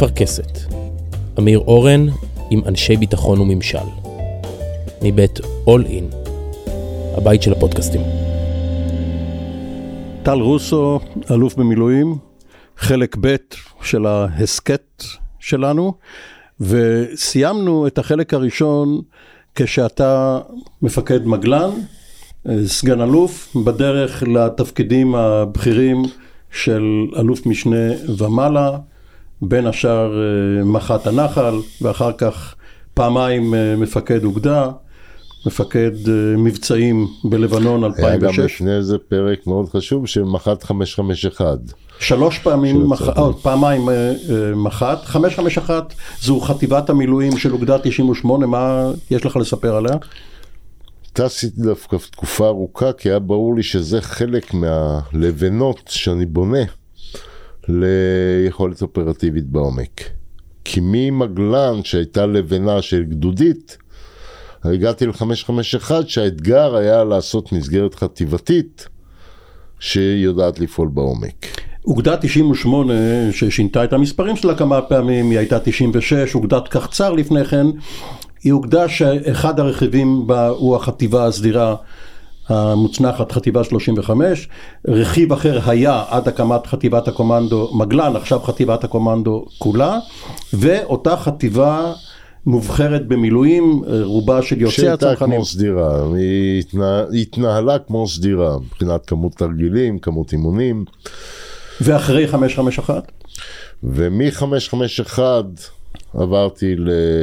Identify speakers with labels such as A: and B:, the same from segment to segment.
A: אפרכסת. אמיר אורן עם אנשי ביטחון וממשל. מבית All In, הבית של הפודקאסטים.
B: טל רוסו, אלוף במילואים, חלק ב' של ההסקט שלנו, וסיימנו את החלק הראשון כשאתה מפקד מגלן, סגן אלוף, בדרך לתפקידים הבכירים של אלוף משנה ומעלה, בין השאר מח"ט הנחל, ואחר כך פעמיים מפקד אוגדה, מפקד מבצעים בלבנון 2006.
C: היה גם לפני זה פרק מאוד חשוב של מח"ט 551.
B: שלוש פעמים, פעמיים מח"ט. 551 זו חטיבת המילואים של אוגדה 98, מה יש לך לספר עליה?
C: טסתי דווקא תקופה ארוכה, כי היה ברור לי שזה חלק מהלבנות שאני בונה ליכולת אופרטיבית בעומק. כי ממגלן שהייתה לבנה של גדודית, הגעתי ל-551 שהאתגר היה לעשות מסגרת חטיבתית שיודעת לפעול בעומק.
B: אוגדה 98 ששינתה את המספרים שלה כמה פעמים, היא הייתה 96, אוגדת קחצר לפני כן, היא אוגדה שאחד הרכיבים בה הוא החטיבה הסדירה המוצנחת, חטיבה 35, רכיב אחר היה עד הקמת חטיבת הקומנדו מגלן, עכשיו חטיבת הקומנדו כולה, ואותה חטיבה מובחרת במילואים, רובה של יוצאי הצנחנים.
C: שהייתה כמו סדירה, היא התנהלה כמו סדירה, מבחינת כמות תרגילים, כמות אימונים.
B: ואחרי 551?
C: ומ-551 עברתי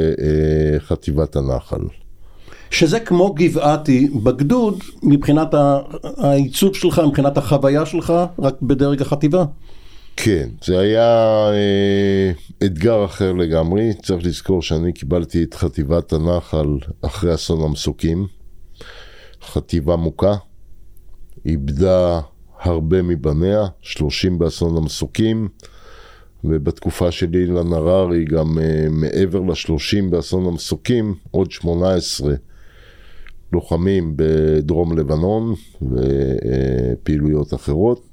C: לחטיבת הנחל.
B: שזה כמו גבעתי בגדוד, מבחינת העיצוב שלך, מבחינת החוויה שלך, רק בדרג החטיבה?
C: כן, זה היה אתגר אחר לגמרי. צריך לזכור שאני קיבלתי את חטיבת הנחל אחרי אסון המסוקים. חטיבה מוכה, איבדה הרבה מבניה, 30 באסון המסוקים, ובתקופה שלי אילן הררי גם מעבר ל-30 באסון המסוקים, עוד 18 לוחמים בדרום לבנון ופעילויות אחרות.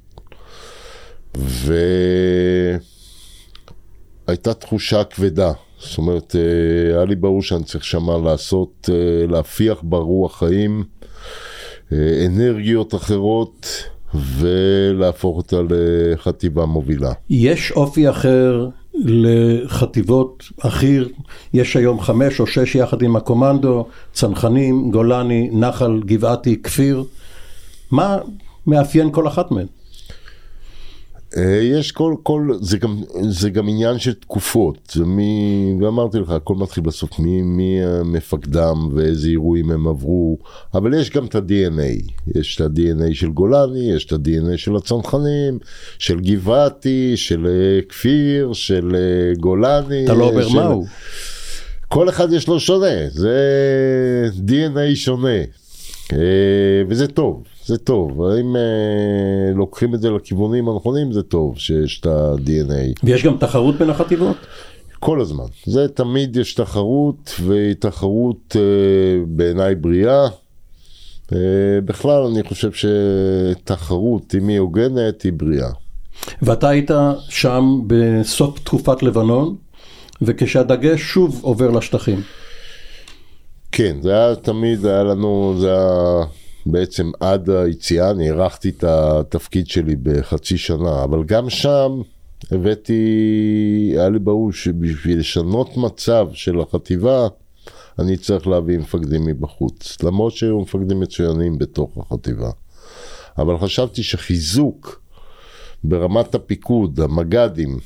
C: והייתה תחושה כבדה, זאת אומרת, היה לי ברור שאני צריך שמה לעשות, להפיח ברוח חיים, אנרגיות אחרות, ולהפוך אותה לחטיבה מובילה.
B: יש אופי אחר לחטיבות אחיר, יש היום 5 או 6 יחד עם הקומנדו, צנחנים, גולני, נחל, גבעתי, כפיר, מה מאפיין כל אחת מהן?
C: יש זה גם עניין של תקופות, ואמרתי לך, הכל מתחיל בסוף, מי מפקדם ואיזה אירועים הם עברו, אבל יש גם את ה-DNA, יש את ה-DNA של גולני, יש את ה-DNA של הצנחנים, של גבעתי, של כפיר, של גולני.
B: אתה לא אומר מהו?
C: כל אחד יש לו שונה, זה DNA שונה, וזה טוב. זה טוב, אם לוקחים את זה לכיוונים הנכונים, זה טוב שיש את ה-DNA.
B: ויש גם תחרות בין החטיבות?
C: כל הזמן. זה תמיד יש תחרות, והיא תחרות בעיניי בריאה. בכלל אני חושב שתחרות, אם היא הוגנת, היא בריאה.
B: ואתה היית שם בסוף תקופת לבנון, וכשהדגש שוב עובר לשטחים.
C: כן, זה היה תמיד, היה לנו, זה היה בעצם עד היציאה, אני ערכתי את התפקיד שלי בחצי שנה, אבל גם שם היה לי ברור שבשביל לשנות מצב של החטיבה, אני צריך להביא מפקדים מבחוץ, למרות שהיו מפקדים מצוינים בתוך החטיבה. אבל חשבתי שחיזוק ברמת הפיקוד, המג"דים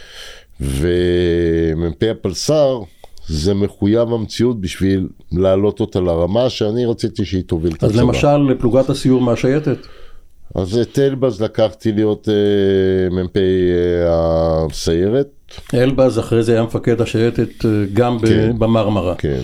C: ומ"פ הפלס"ר, זה מחויב המציאות בשביל להעלות אותה לרמה שאני רציתי שהיא תוביל את הצבא.
B: אז למשל לפלוגת הסיור מהשייטת?
C: אז את אלבז לקחתי להיות מ"פ הסיירת.
B: אלבז אחרי זה היה מפקד השייטת גם במרמרה.
C: כן.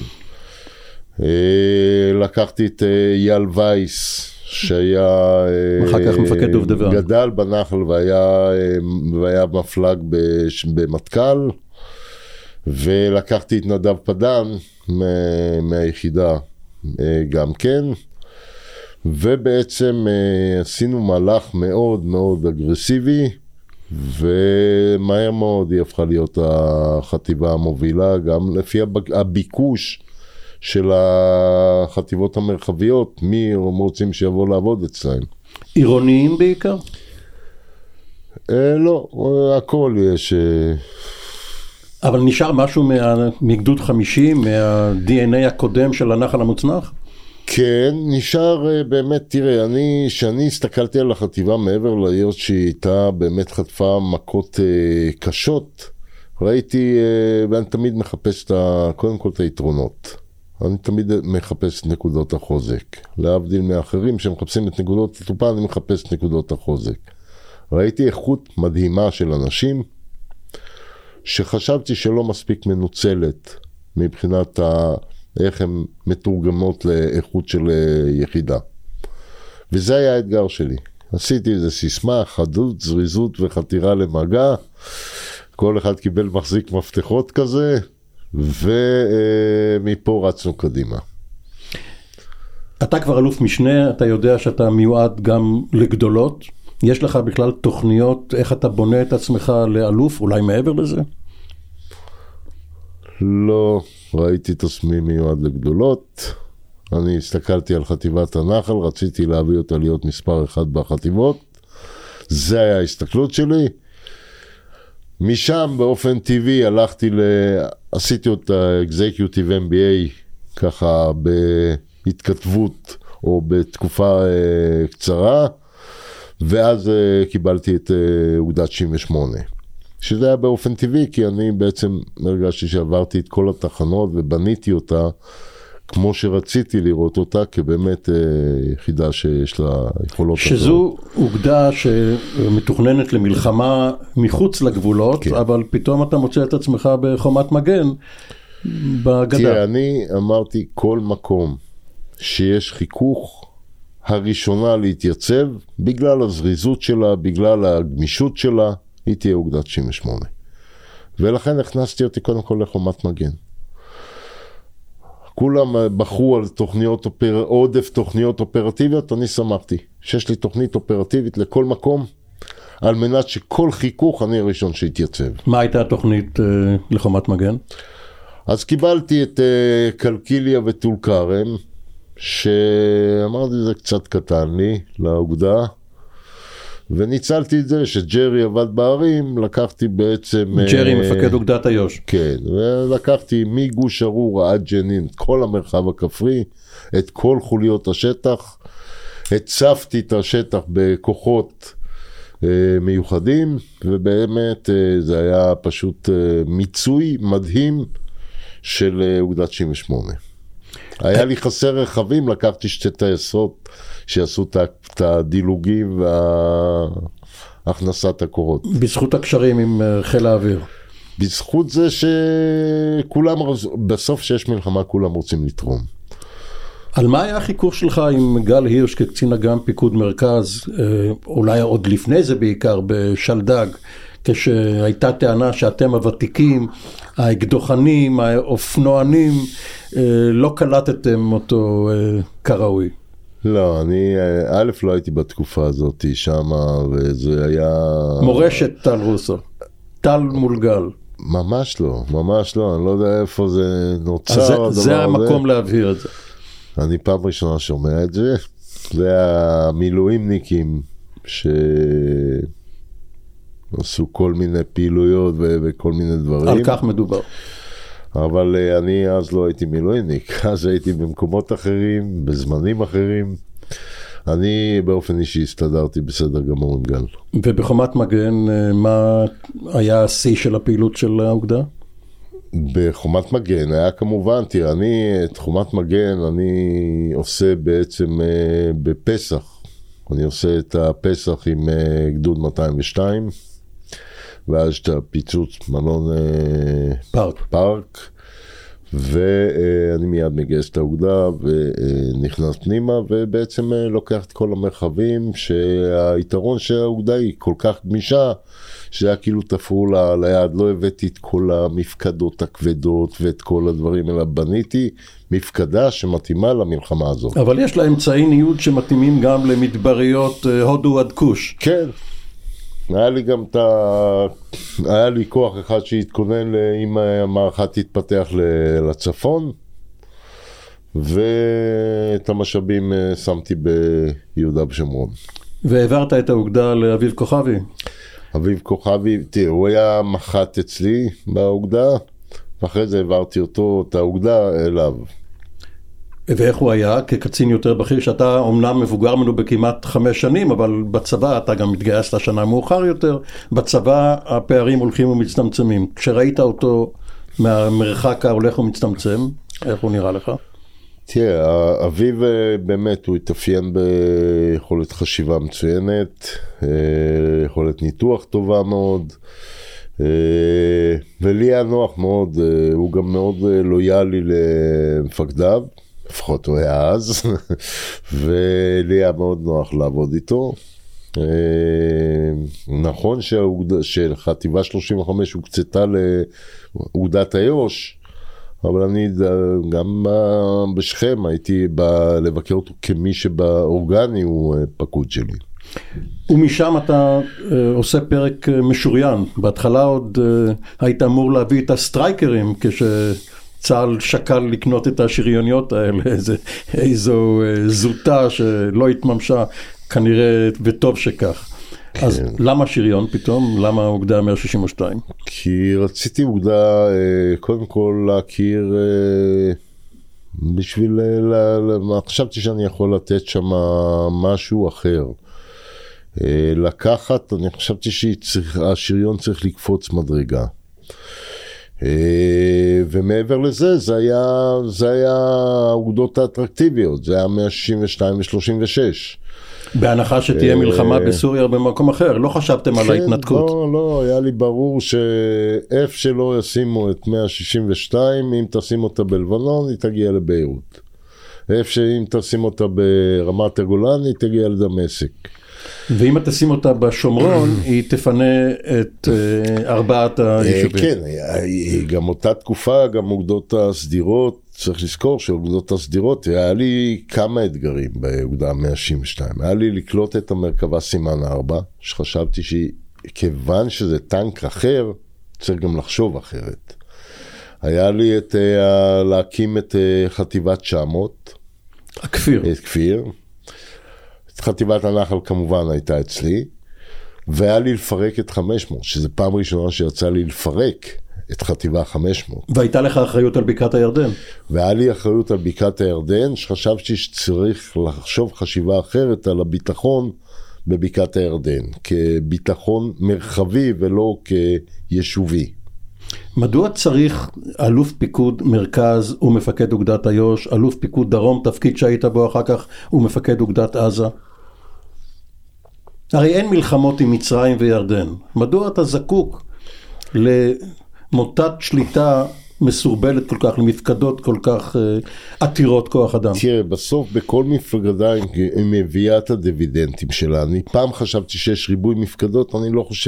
C: לקחתי את יאל וייס, שהיה
B: אחר כך מפקד דובדבן.
C: גדל בנחל והיה מפלג במטכ"ל. ולקחתי את נדב פדן מהיחידה גם כן, ובעצם עשינו מהלך מאוד מאוד אגרסיבי, ומהר מאוד היא הפכה להיות החטיבה המובילה, גם לפי הביקוש של החטיבות המרחביות, מי רוצים שיבוא לעבוד אצלהם.
B: עירוניים בעיקר?
C: לא, הכל יש.
B: אבל נשאר משהו מגדוד 50, מה-DNA הקודם של הנחל המוצנח?
C: כן, נשאר באמת, תראה, שאני הסתכלתי על החטיבה מעבר להיות שהיא הייתה באמת חטפה מכות קשות, ראיתי, ואני תמיד מחפש קודם כל את היתרונות. אני תמיד מחפש את נקודות החוזק. להבדיל מאחרים שמחפשים את נקודות התורפה, אני מחפש את נקודות החוזק. ראיתי איכות מדהימה של אנשים, שחשבתי שלא מספיק מנוצלת מבחינת איך הן מתורגמות לאיכות של יחידה. וזה היה האתגר שלי. עשיתי איזה סיסמה, חדות, זריזות וחתירה למגע. כל אחד קיבל מחזיק מפתחות כזה, ומפה רצנו קדימה.
B: אתה כבר אלוף משנה, אתה יודע שאתה מיועד גם לגדולות. יש לך בכלל תוכניות איך אתה בונה את עצמך לאלוף, אולי מעבר לזה?
C: לא ראיתי את עצמי מיועד לגדולות. אני הסתכלתי על חטיבת הנחל, רציתי להביא אותה להיות מספר אחד בחטיבות. זה היה ההסתכלות שלי. משם באופן טבעי עשיתי אותה Executive MBA ככה בהתכתבות או בתקופה קצרה, ואז קיבלתי את אוגדת 98. שזה היה באופן טבעי, כי אני בעצם הרגשתי שעברתי את כל התחנות ובניתי אותה כמו שרציתי לראות אותה, כבאמת יחידה שיש לה יכולות.
B: שזו אוגדה שמתוכננת למלחמה מחוץ לגבולות, כן. אבל פתאום אתה מוצא את עצמך בחומת מגן בגדה.
C: תראה, אני אמרתי כל מקום שיש חיכוך, הראשונה להתייצב, בגלל הזריזות שלה, בגלל הגמישות שלה, היא תהיה אוגדת 98. ולכן הכנסתי אותי קודם כל לחומת מגן. כולם בחרו על עודף תוכניות אופרטיביות, אני שמחתי שיש לי תוכנית אופרטיבית לכל מקום, על מנת שכל חיכוך אני הראשון שהתייצב.
B: מה הייתה התוכנית לחומת מגן?
C: אז קיבלתי את קלקיליה וטול כרם, שאמרתי זה קצת קטן לי לאוגדה, וניצלתי את זה שג'רי עבד בערים, לקחתי בעצם...
B: ג'רי מפקד אוגדת איו"ש.
C: כן, ולקחתי מגוש ארורה עד ג'נין, את כל המרחב הכפרי, את כל חוליות השטח, הצפתי את השטח בכוחות מיוחדים, ובאמת זה היה פשוט מיצוי מדהים של אוגדת 98. היה לי חסר רכבים, לקחתי שתי טייסות שיעשו את הדילוגים והכנסת הקורות.
B: בזכות הקשרים עם חיל האוויר.
C: בזכות זה שכולם, בסוף שיש מלחמה כולם רוצים לתרום.
B: על מה היה החיכוך שלך עם גל הירש כקצין אג"ם פיקוד מרכז, אולי עוד לפני זה בעיקר בשלדג, כשהייתה טענה שאתם הוותיקים, האקדוחנים, האופנוענים, לא קלטתם אותו כראוי?
C: לא, אני לא הייתי בתקופה הזאת שם, וזה היה...
B: מורשת טל רוסו, טל מול גל.
C: ממש לא, ממש לא, אני לא יודע איפה זה נוצר.
B: זה המקום להבהיר את זה.
C: אני פעם ראשונה שומע את זה, זה המילואימניקים שעשו כל מיני פעילויות וכל מיני דברים.
B: על כך מדובר.
C: אבל אני אז לא הייתי מילואימניק, אז הייתי במקומות אחרים, בזמנים אחרים. אני באופן אישי הסתדרתי בסדר גמור עם גל.
B: ובחומת מגן, מה היה השיא של הפעילות של האוגדה?
C: בחומת מגן היה כמובן, תראה, את חומת מגן אני עושה בעצם בפסח. אני עושה את הפסח עם גדוד 202, ואז את הפיצוץ מלון פארק, ואני מיד מגייס את האוגדה ונכנס פנימה, ובעצם לוקח את כל המרחבים, שהיתרון שהאוגדה היא כל כך גמישה, שהיה כאילו תפעול ליד, לא הבאתי את כל המפקדות הכבדות ואת כל הדברים, אלא בניתי מפקדה שמתאימה למלחמה הזאת.
B: אבל יש לה אמצעי ניוד שמתאימים גם למדבריות הודו עד כוש.
C: כן. היה לי גם היה לי כוח אחד שהתכונן אם המערכה תתפתח לצפון, ואת המשאבים שמתי ביהודה ושומרון.
B: והעברת את האוגדה לאביב כוכבי?
C: אביב כוכבי, תראה, הוא היה מח"ט אצלי באוגדה, ואחרי זה העברתי אותו, את האוגדה, אליו.
B: ואיך הוא היה? כקצין יותר בכיר, שאתה אומנם מבוגר ממנו בכמעט 5 שנים, אבל בצבא אתה גם מתגייסת שנה מאוחר יותר, בצבא הפערים הולכים ומצטמצמים. כשראית אותו מהמרחק ההולך ומצטמצם, איך הוא נראה לך?
C: תראה, אביב באמת הוא התאפיין ביכולת חשיבה מצוינת, יכולת ניתוח טובה מאוד, ולי היה נוח מאוד, הוא גם מאוד לויאלי למפקדיו, לפחות הוא היה אז, ולי היה מאוד נוח לעבוד איתו. נכון שחטיבה 35 הוקצתה לאוגדת איו"ש, אבל אני גם בשכם הייתי בא לבקר אותו כמי שבאורגני הוא פקוד שלי.
B: ומשם אתה עושה פרק משוריין. בהתחלה עוד היית אמור להביא את הסטרייקרים כשצה"ל שקל לקנות את השריוניות האלה, איזו זוטה שלא התממשה כנראה, וטוב שכך. אז למה שריון פתאום? למה אוגדה 162?
C: כי רציתי אוגדה קודם כל להכיר בשביל, חשבתי שאני יכול לתת שם משהו אחר. לקחת, אני חשבתי שהשריון צריך לקפוץ מדרגה. ומעבר לזה, זה היה אוגדות האטרקטיביות, זה היה 162 ו-36.
B: בהנחה שתהיה מלחמה בסוריה במקום אחר, לא חשבתם על ההתנתקות?
C: לא, היה לי ברור שאיפה שלא ישימו את 162, אם תשים אותה בלבנון, היא תגיע לביירות. איפה שאם תשים אותה ברמת הגולן, היא תגיע לדמשק.
B: ואם תשים אותה בשומרון, היא תפנה את 4 היישובים.
C: כן, גם אותה תקופה, גם אוגדות הסדירות, צריך לזכור שאוגדות הסדירות, היה לי כמה אתגרים באוגדה 162. היה לי לקלוט את המרכבה סימן 4, שחשבתי שכיוון שזה טנק אחר, צריך גם לחשוב אחרת. היה לי להקים את חטיבת 900.
B: הכפיר.
C: את כפיר. את חטיבת הנחל כמובן הייתה אצלי, והיה לי לפרק את 500, שזה פעם ראשונה שיצא לי לפרק את חטיבה 500.
B: והייתה לך אחריות על בקעת הירדן.
C: והיה לי אחריות על בקעת הירדן, שחשבתי שצריך לחשוב חשיבה אחרת על הביטחון בבקעת הירדן, כביטחון מרחבי ולא כיישובי.
B: מדוע צריך אלוף פיקוד מרכז ומפקד אוגדת איו"ש, אלוף פיקוד דרום, תפקיד שהיית בו אחר כך, ומפקד אוגדת עזה? הרי אין מלחמות עם מצרים וירדן. מדוע אתה זקוק למוטת שליטה מסורבלת כל כך, למפקדות כל כך עתירות כוח אדם?
C: תראה, בסוף בכל מפקדה היא מביאה את הדיבידנטים שלה. אני פעם חשבתי שיש ריבוי מפקדות, אני לא חושב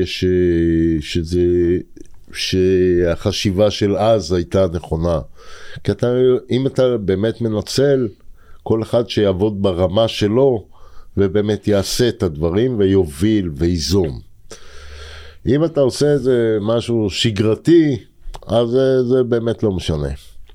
C: שהחשיבה של אז הייתה נכונה. כי אם אתה באמת מנצל, כל אחד שיעבוד ברמה שלו, ובאמת יעשה את הדברים ויוביל ויזום. אם אתה עושה איזה משהו שגרתי, אז זה באמת לא משנה.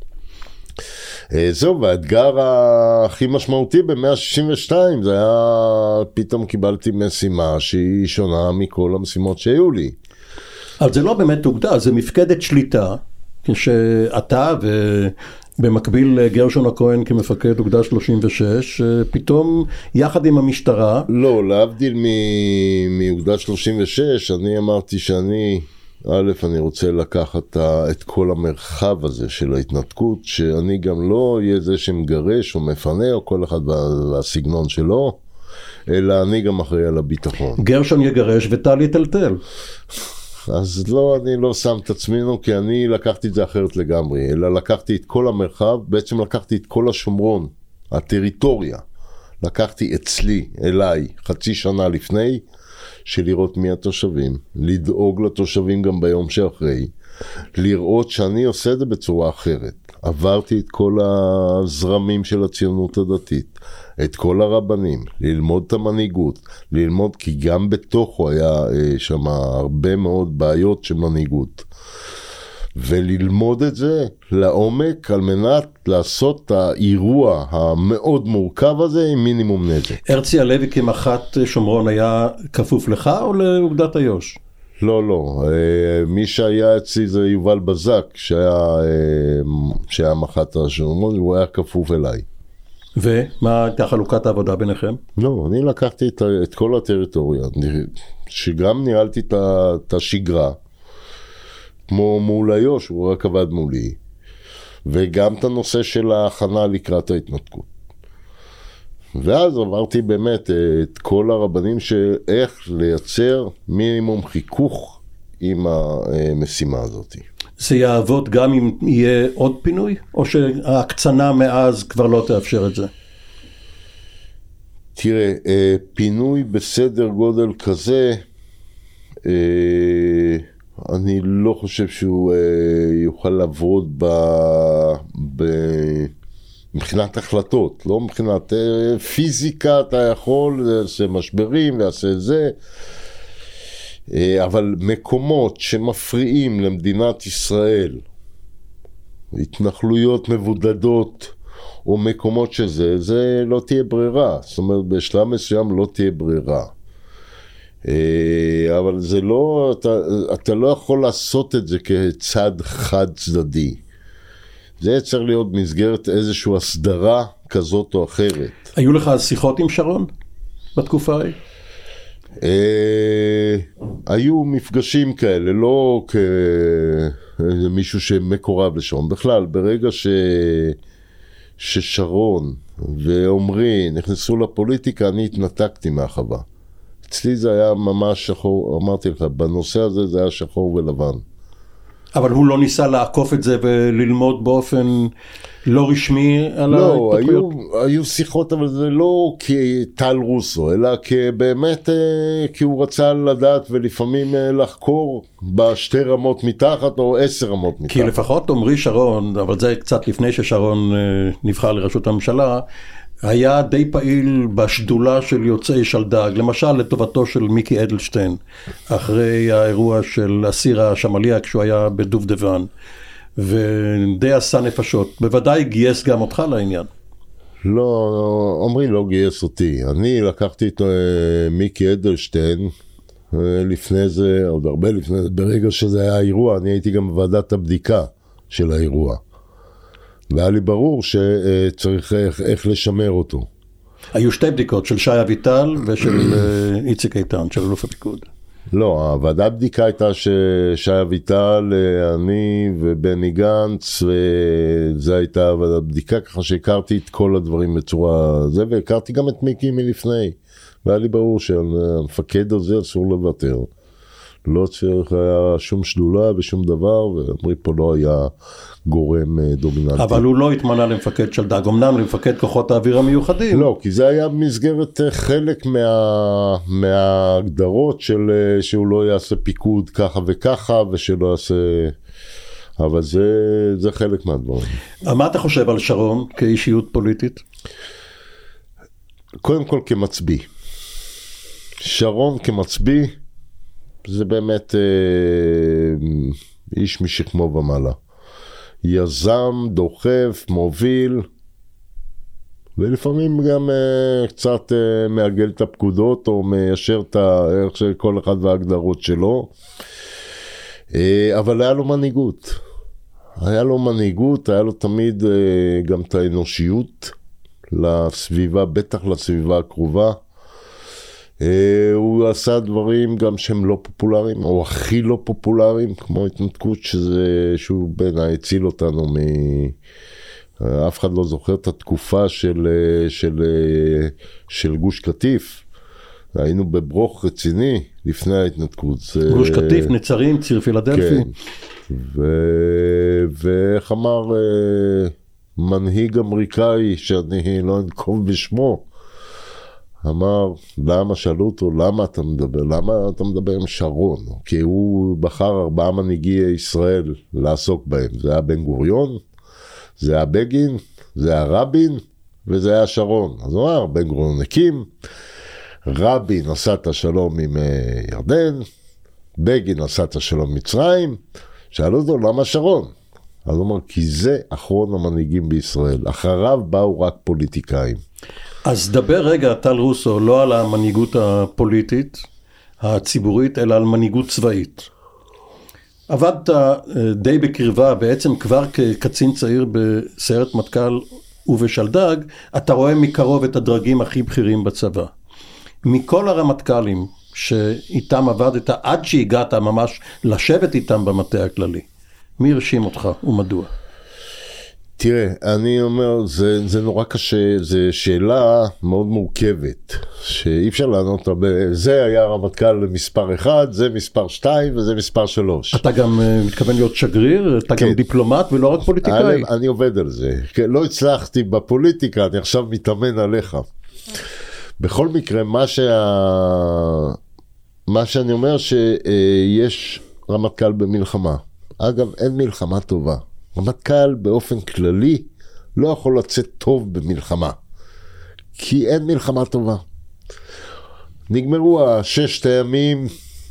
C: זהו, והאתגר הכי משמעותי ב-162, זה היה, פתאום קיבלתי משימה שהיא שונה מכל המשימות שהיו לי.
B: אבל זה לא באמת אוגדה, זה מפקדת שליטה, שאתה ובמקביל גרשון הכהן כמפקד אוגדה 36, פתאום יחד עם המשטרה...
C: לא, להבדיל מאוגדה 36, אני אמרתי שאני, אני רוצה לקחת את כל המרחב הזה של ההתנתקות, שאני גם לא יהיה זה שמגרש או מפנה, או כל אחד והסגנון שלו, אלא אני גם אחראי על הביטחון.
B: גרשון יגרש וטל יטלטל.
C: אז לא, אני לא שם את עצמנו, כי אני לקחתי את זה אחרת לגמרי, אלא לקחתי את כל המרחב, בעצם לקחתי את כל השומרון, הטריטוריה, לקחתי אצלי, אליי, חצי שנה לפני, של לראות מי התושבים, לדאוג לתושבים גם ביום שאחרי, לראות שאני עושה את זה בצורה אחרת. עברתי את כל הזרמים של הציונות הדתית, את כל הרבנים, ללמוד את המנהיגות, ללמוד כי גם בתוכו היה שם הרבה מאוד בעיות של מנהיגות. וללמוד את זה לעומק על מנת לעשות את האירוע המאוד מורכב הזה עם מינימום נזק.
B: הרצי הלוי כמח"ט שומרון היה כפוף לך או לאוגדת איו"ש?
C: לא. מי שהיה אצלי זה יובל בזק, שהיה מח"ט השומרון, הוא היה כפוף אליי.
B: ומה הייתה חלוקת העבודה ביניכם?
C: לא, אני לקחתי את כל הטריטוריה, שגם ניהלתי את השגרה, כמו מול איו"ש, הוא רק עבד מולי, וגם את הנושא של ההכנה לקראת ההתנתקות. ואז עברתי באמת את כל הרבנים איך לייצר מינימום חיכוך עם המשימה הזאת.
B: זה יעבוד גם אם יהיה עוד פינוי, או שההקצנה מאז כבר לא תאפשר את זה?
C: תראה, פינוי בסדר גודל כזה, אני לא חושב שהוא יוכל לעבוד מבחינת החלטות, לא מבחינת פיזיקה, אתה יכול, זה משברים ועשה זה, אבל מקומות שמפריעים למדינת ישראל, התנחלויות מבודדות, או מקומות זה לא תהיה ברירה, זאת אומרת בשלב מסוים לא תהיה ברירה. אבל זה לא, אתה לא יכול לעשות את זה כצד חד צדדי. זה צריך להיות מסגרת איזושהי הסדרה כזאת או אחרת.
B: היו לך שיחות עם שרון בתקופה ההיא?
C: היו מפגשים כאלה, לא כמישהו שמקורב לשרון. בכלל, ברגע ששרון ועומרי נכנסו לפוליטיקה, אני התנתקתי מהחווה. אצלי זה היה ממש שחור, אמרתי לך, בנושא הזה זה היה שחור ולבן.
B: אבל הוא לא ניסה לעקוף את זה וללמוד באופן לא רשמי על ההתפתחויות?
C: לא, היו שיחות, אבל זה לא כטל רוסו, אלא באמת כי הוא רצה לדעת ולפעמים לחקור בשתי רמות מתחת או 10 רמות מתחת.
B: כי לפחות עומרי שרון, אבל זה קצת לפני ששרון נבחר לראשות הממשלה, היה די פעיל בשדולה של יוצאי שלדג, למשל לטובתו של מיקי אדלשטיין, אחרי האירוע של אסיר השמליה כשהוא היה בדובדבן, ודי עשה נפשות. בוודאי גייס גם אותך לעניין.
C: לא, עומרי לא גייס אותי. אני לקחתי את מיקי אדלשטיין, לפני זה, עוד הרבה לפני זה, ברגע שזה היה האירוע, אני הייתי גם בוועדת הבדיקה של האירוע. והיה לי ברור שצריך איך לשמר אותו.
B: היו שתי בדיקות, של שי אביטל ושל איציק איתן, של אלוף הפיקוד.
C: לא, הוועדת בדיקה הייתה ששי אביטל, אני ובני גנץ, וזה הייתה הוועדת בדיקה, ככה שהכרתי את כל הדברים בצורה זה, והכרתי גם את מיקי מלפני. והיה לי ברור שהמפקד הזה אסור לוותר. לא צריך היה שום שדולה ושום דבר, ואומרי פה לא היה גורם דומיננטי. אבל
B: הוא לא התמנה למפקד שלדג, אמנם למפקד כוחות האוויר המיוחדים.
C: לא, כי זה היה במסגרת חלק מההגדרות שהוא לא יעשה פיקוד ככה וככה, ושלא יעשה... אבל זה חלק מהדברים.
B: מה אתה חושב על שרון כאישיות פוליטית?
C: קודם כל כמצביא. שרון כמצביא, זה באמת איש משכמו ומעלה. יזם, דוחף, מוביל, ולפעמים גם קצת מעגל את הפקודות, או מיישר את הערך של כל אחד וההגדרות שלו. אבל היה לו מנהיגות. היה לו תמיד גם את האנושיות לסביבה, בטח לסביבה הקרובה. הוא עשה דברים גם שהם לא פופולריים, או הכי לא פופולריים, כמו התנתקות, שהוא בעיניי הציל אותנו אף אחד לא זוכר את התקופה של גוש קטיף. היינו בברוך רציני לפני ההתנתקות.
B: גוש קטיף, נצרים, ציר פילדלפי.
C: כן. ואיך אמר מנהיג אמריקאי, שאני לא אנקוב בשמו, אמר, שאלו אותו, למה אתה מדבר עם שרון? כי הוא בחר 4 מנהיגי ישראל לעסוק בהם. זה היה בן גוריון, זה היה בגין, זה היה רבין, וזה היה שרון. אז הוא אמר, בן גוריון הקים, רבין עשה את השלום עם ירדן, בגין עשה את השלום עם מצרים, שאלו אותו למה שרון? אז הוא אומר, כי זה אחרון המנהיגים בישראל, אחריו באו רק פוליטיקאים.
B: אז דבר רגע, טל רוסו, לא על המנהיגות הפוליטית, הציבורית, אלא על מנהיגות צבאית. עבדת די בקרבה, בעצם כבר כקצין צעיר בסיירת מטכ"ל ובשלדג, אתה רואה מקרוב את הדרגים הכי בכירים בצבא. מכל הרמטכ"לים שאיתם עבדת, עד שהגעת ממש לשבת איתם במטה הכללי, מי הרשים אותך ומדוע?
C: תראה, אני אומר, זה נורא קשה, זו שאלה מאוד מורכבת, שאי אפשר לענות הרבה, זה היה רמטכ"ל מספר 1, זה מספר 2 וזה מספר 3.
B: אתה גם מתכוון להיות שגריר, אתה גם דיפלומט ולא רק פוליטיקאי.
C: אני עובד על זה, לא הצלחתי בפוליטיקה, אני עכשיו מתאמן עליך. בכל מקרה, מה שאני אומר שיש רמטכ"ל במלחמה. אגב, אין מלחמה טובה. רמטכ"ל באופן כללי לא יכול לצאת טוב במלחמה. כי אין מלחמה טובה. נגמרו 6 הימים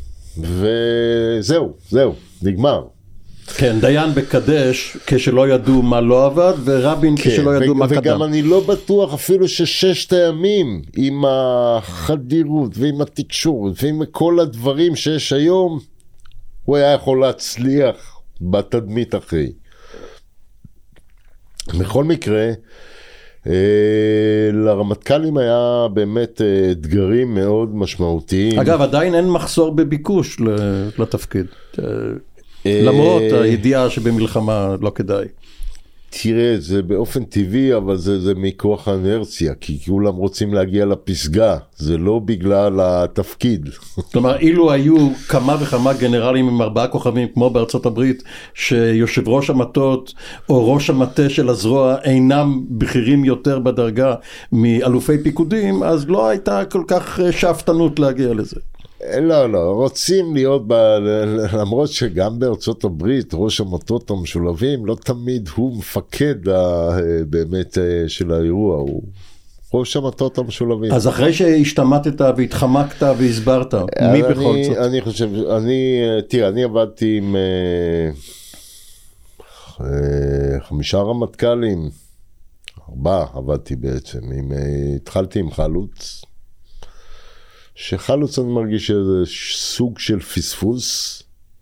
C: וזהו, נגמר.
B: כן, דיין בקדש כשלא ידעו מה לא עבד, ורבין כשלא ידעו מה קדם.
C: וגם אני לא בטוח אפילו ש6 הימים עם החדירות ועם התקשורת ועם כל הדברים שיש היום, הוא היה יכול להצליח בתדמית אחרי. בכל מקרה, לרמטכ"לים היה באמת אתגרים מאוד משמעותיים.
B: אגב, עדיין אין מחסור בביקוש לתפקיד. למרות הידיעה שבמלחמה לא כדאי.
C: תראה, זה באופן טבעי, אבל זה מכוח האנרציה, כי כולם רוצים להגיע לפסגה, זה לא בגלל התפקיד.
B: כלומר, אילו היו כמה וכמה גנרלים עם 4 כוכבים, כמו בארצות הברית, שיושב ראש המטות או ראש המטה של הזרוע אינם בכירים יותר בדרגה מאלופי פיקודים, אז לא הייתה כל כך שאפתנות להגיע לזה.
C: לא, רוצים להיות, למרות שגם בארצות הברית, ראש המטות המשולבים, לא תמיד הוא מפקד באמת של האירוע, הוא ראש המטות המשולבים.
B: אז אחרי שהשתמטת והתחמקת והסברת, מי בכל זאת?
C: אני חושב, תראה, אני עבדתי עם 5 רמטכ"לים, 4 עבדתי בעצם, התחלתי עם חלוץ, שחלוץ אני מרגיש שזה סוג של פספוס,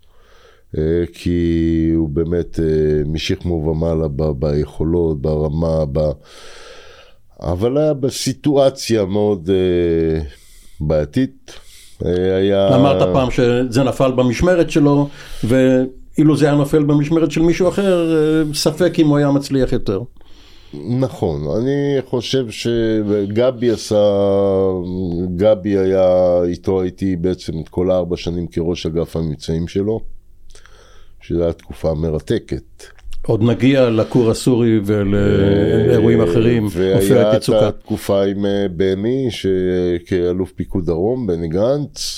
C: כי הוא באמת משיך ומעלה ביכולות, ברמה, אבל היה בסיטואציה מאוד בעייתית.
B: אמרת פעם שזה נפל במשמרת שלו, ואילו זה היה נופל במשמרת של מישהו אחר, ספק אם הוא היה מצליח יותר.
C: נכון, אני חושב גבי היה איתו, הייתי בעצם את כל 4 שנים כראש אגף המבצעים שלו, שזו הייתה תקופה מרתקת.
B: עוד נגיע לכור הסורי ולאירועים אחרים,
C: והיה את התקופה עם בני, כאלוף פיקוד דרום, בני גנץ.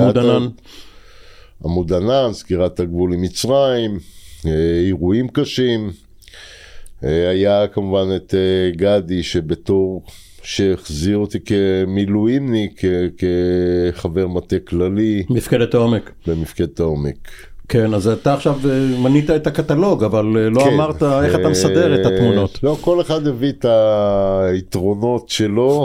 C: עמוד ענן, סגירת הגבול עם מצרים, אירועים קשים. היה כמובן את גדי שבתור שהחזיר אותי כמילואימניק, כחבר מטה כללי.
B: מפקדת העומק.
C: במפקדת העומק.
B: כן, אז אתה עכשיו מנית את הקטלוג, אבל לא אמרת איך אתה מסדר את התמונות.
C: לא, כל אחד הביא את היתרונות שלו.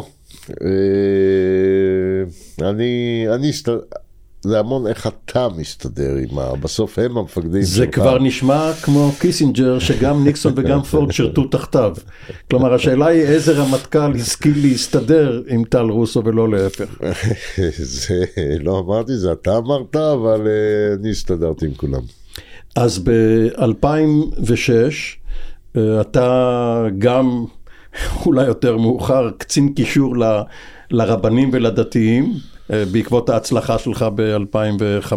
C: זה המון איך אתה מסתדר עם בסוף הם המפקדים שלך.
B: זה כבר נשמע כמו קיסינג'ר שגם ניקסון וגם פורד שרתו תחתיו. כלומר השאלה היא איזה רמטכ"ל השכיל להסתדר עם טל רוסו ולא להפך.
C: זה לא אמרתי, זה אתה אמרת, אבל אני הסתדרתי עם כולם.
B: אז ב-2006 אתה גם אולי יותר מאוחר קצין קישור לרבנים ולדתיים, בעקבות ההצלחה שלך ב-2005,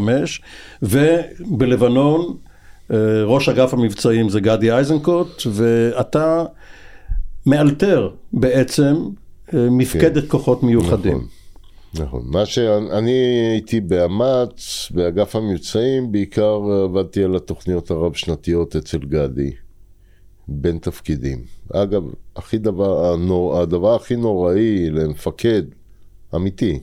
B: ובלבנון ראש אגף המבצעים זה גדי איזנקוט, ואתה מאלתר בעצם מפקדת כוחות מיוחדים.
C: נכון. מה שאני הייתי באמץ, באגף המבצעים, בעיקר עבדתי על התוכניות הרב שנתיות אצל גדי, בין תפקידים. אגב, הדבר הכי נוראי למפקד אמיתי,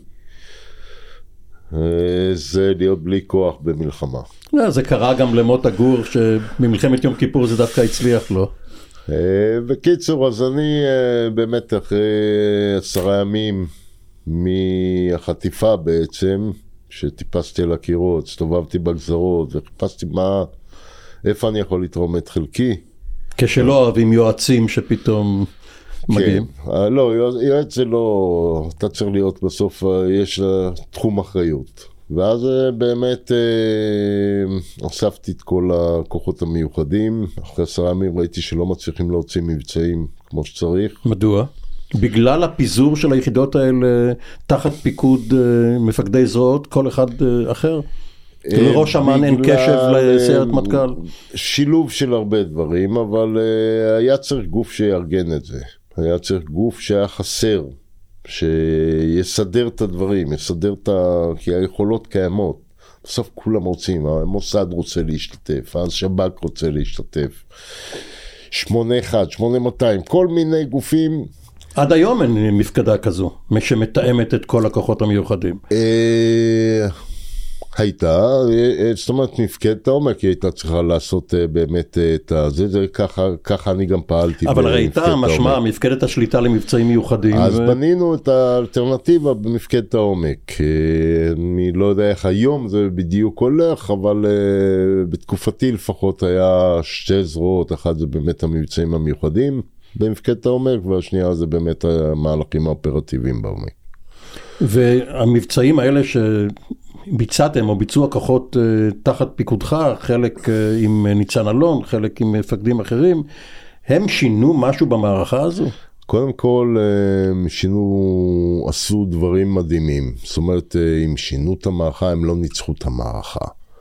C: זה להיות בלי כוח במלחמה.
B: זה קרה גם למוטה גור, שבמלחמת יום כיפור זה דווקא הצליח לו.
C: בקיצור, אז אני באמת אחרי 10 ימים מהחטיפה בעצם, שטיפסתי על הקירות, הסתובבתי בגזרות וחיפשתי איפה אני יכול לתרום את חלקי.
B: כשלא אוהבים יועצים שפתאום מגיעים.
C: כן, לא, יועץ זה לא, אתה צריך להיות בסוף, יש תחום אחריות. ואז באמת אספתי את כל הכוחות המיוחדים, אחרי 10 ימים ראיתי שלא מצליחים להוציא מבצעים כמו שצריך.
B: מדוע? בגלל הפיזור של היחידות האלה תחת פיקוד מפקדי זרועות, כל אחד אחר? לראש אמ"ן אין קשב לסיירת מטכ"ל?
C: שילוב של הרבה דברים, אבל היה צריך גוף שיארגן את זה. היה צריך גוף שהיה חסר, שיסדר את הדברים, כי היכולות קיימות. בסוף כולם רוצים, המוסד רוצה להשתתף, אז שב"כ רוצה להשתתף. 81, 8200, כל מיני גופים.
B: עד היום אין מפקדה כזו, שמתאמת את כל הכוחות המיוחדים.
C: הייתה, זאת אומרת מפקדת העומק, היא הייתה צריכה לעשות באמת את זה, ככה אני גם פעלתי.
B: אבל ראיתה משמע, מפקדת השליטה למבצעים מיוחדים.
C: אז בנינו את האלטרנטיבה במפקדת העומק. אני לא יודע איך היום זה בדיוק הולך, אבל בתקופתי לפחות היה 2 זרועות, אחת זה באמת המבצעים המיוחדים במפקדת העומק, והשנייה זה באמת המהלכים האופרטיביים בעומק.
B: והמבצעים האלה שביצעתם או ביצעו הכוחות תחת פיקודך, חלק עם ניצן אלון, חלק עם מפקדים אחרים, הם שינו משהו במערכה הזו?
C: קודם כל, עשו דברים מדהימים. זאת אומרת, אם שינו את המערכה, הם לא ניצחו את המערכה.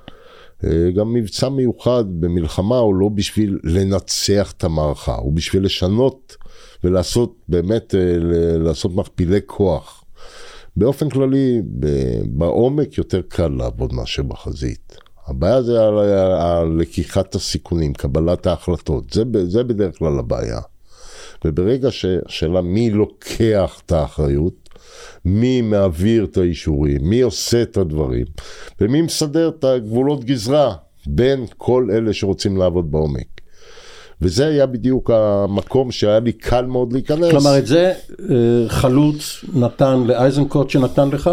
C: גם מבצע מיוחד במלחמה הוא לא בשביל לנצח את המערכה, הוא בשביל לשנות ולעשות באמת, לעשות מכפילי כוח. באופן כללי, בעומק יותר קל לעבוד מאשר בחזית. הבעיה זה על לקיחת הסיכונים, קבלת ההחלטות, זה בדרך כלל הבעיה. וברגע שאלה מי לוקח את האחריות, מי מעביר את האישורים, מי עושה את הדברים, ומי מסדר את הגבולות גזרה בין כל אלה שרוצים לעבוד בעומק. וזה היה בדיוק המקום שהיה לי קל מאוד להיכנס.
B: כלומר, את זה חלוץ נתן לאייזנקוט שנתן לך?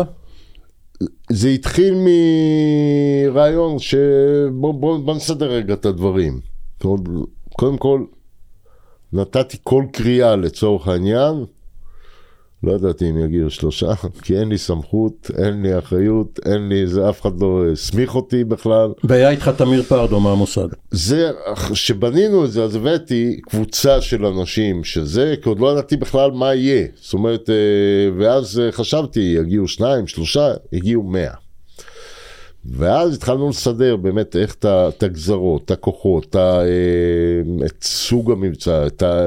C: זה התחיל מרעיון בוא נסדר רגע את הדברים. קודם כל, נתתי כל קריאה לצורך העניין, לא ידעתי אם יגיעו 3, כי אין לי סמכות, אין לי אחריות, אף אחד לא הסמיך אותי בכלל.
B: והיה איתך תמיר פרדו מהמוסד.
C: זה, שבנינו את זה, אז הבאתי קבוצה של אנשים שזה, כי עוד לא ידעתי בכלל מה יהיה. זאת אומרת, ואז חשבתי, יגיעו 2, 3, הגיעו 100. ואז התחלנו לסדר באמת איך את הגזרות, את הכוחות, את סוג המבצע,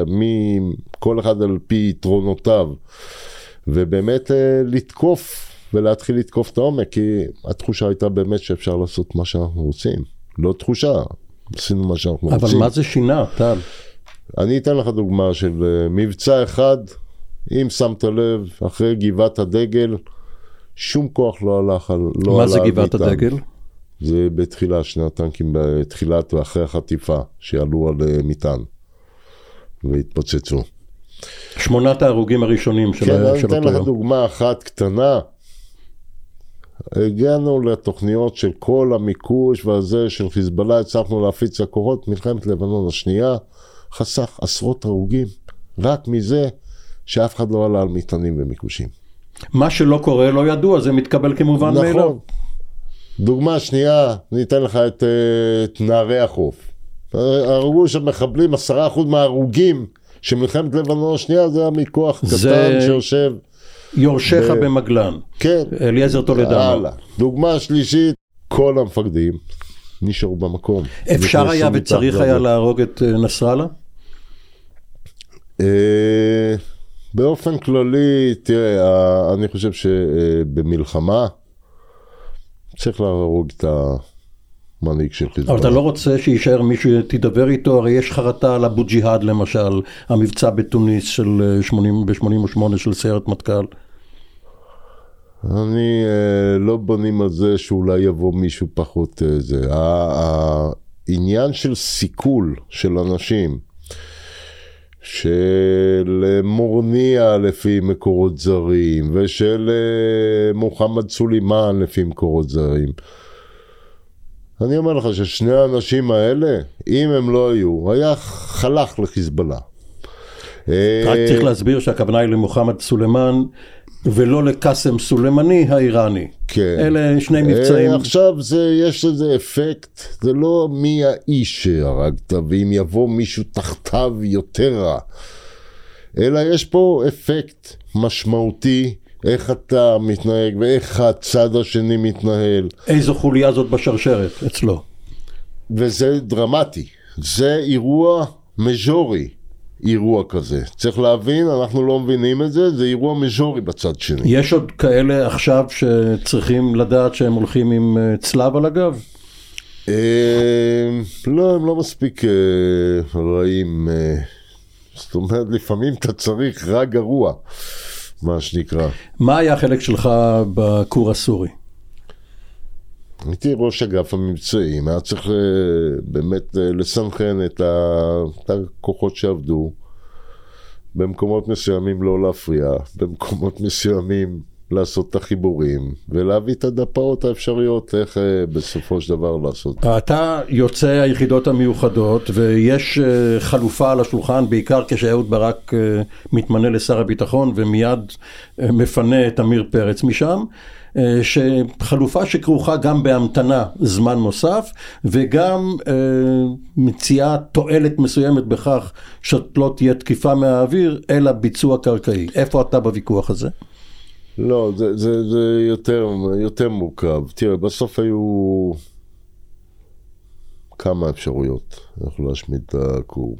C: כל אחד על פי יתרונותיו, ובאמת לתקוף ולהתחיל לתקוף את העומק, כי התחושה הייתה באמת שאפשר לעשות מה שאנחנו רוצים. לא תחושה, עשינו מה שאנחנו רוצים.
B: אבל מה זה שינה, טל?
C: אני אתן לך דוגמה של מבצע אחד, אם שמת לב, אחרי גבעת הדגל, שום כוח לא הלך על מיטן.
B: מה זה גבעת הדגל?
C: זה בתחילה, 2 טנקים בתחילת ואחרי החטיפה, שעלו על מיטן והתפוצצו.
B: 8 ההרוגים הראשונים של אותו יום.
C: כן, אני אתן לך דוגמה אחת קטנה. הגענו לתוכניות של כל המיקוש והזה של חיזבאללה, הצלחנו להפיץ הכוחות, מלחמת לבנון השנייה, חסך 10 הרוגים, רק מזה שאף אחד לא עלה על מטענים ומיקושים.
B: מה שלא קורה לא ידוע, זה מתקבל כמובן מאליו.
C: נכון. דוגמה שנייה, ניתן לך את נערי החוף. הרגו שם מחבלים, 10% מההרוגים שמלחמת לבנון השנייה, זה היה מכוח קטן שיושב.
B: יורשך במגלן.
C: כן.
B: אליעזר טולדנו.
C: דוגמה שלישית, כל המפקדים נשארו במקום.
B: אפשר היה וצריך היה להרוג את נסראללה?
C: באופן כללי, תראה, אני חושב שבמלחמה צריך להרוג מנהיג של חיזבאללה.
B: אבל אתה לא רוצה שישאר מישהו שתדבר איתו, הרי יש חרטה על אבו ג'יהאד למשל, המבצע בתוניס של ב-88 של סיירת מטכ"ל.
C: אני לא בונים על זה שאולי יבוא מישהו פחות זה. העניין של סיכול של אנשים, של מורניה לפי מקורות זרים, ושל מוחמד סולימן לפי מקורות זרים, אני אומר לך ששני האנשים האלה, אם הם לא היו, היה חלך לחיזבאללה.
B: רק צריך להסביר שהכוונה היא למוחמד סולימן, ולא לקאסם סולימני האיראני.
C: כן.
B: אלה שני מבצעים.
C: עכשיו יש לזה אפקט, זה לא מי האיש שהרגת, ואם יבוא מישהו תחתיו יותר רע, אלא יש פה אפקט משמעותי, איך אתה מתנהג ואיך הצד השני מתנהל.
B: איזו חוליה זאת בשרשרת אצלו.
C: וזה דרמטי, זה אירוע מז'ורי. אירוע כזה. צריך להבין, אנחנו לא מבינים את זה, זה אירוע מז'ורי בצד שני.
B: יש עוד כאלה עכשיו שצריכים לדעת שהם הולכים עם צלב על הגב?
C: לא, הם לא מספיק רעים. זאת אומרת, לפעמים אתה צריך רע גרוע, מה שנקרא.
B: מה היה החלק שלך בקור הסורי?
C: הייתי ראש אגף המבצעים, היה צריך באמת לסנכרן את הכוחות שעבדו, במקומות מסוימים לא להפריע, במקומות מסוימים לעשות את החיבורים, ולהביא את הדפאות האפשריות, איך בסופו של דבר לעשות.
B: אתה יוצא היחידות המיוחדות, ויש חלופה על השולחן, בעיקר כשאהוד ברק מתמנה לשר הביטחון, ומיד מפנה את עמיר פרץ משם, שחלופה שכרוכה גם בהמתנה זמן נוסף, וגם מציעה תועלת מסוימת בכך שלא תהיה תקיפה מהאוויר, אלא ביצוע קרקעי. איפה אתה בוויכוח הזה?
C: לא, זה יותר מורכב. תראה, בסוף היו כמה אפשרויות. אנחנו להשמיד את הכור.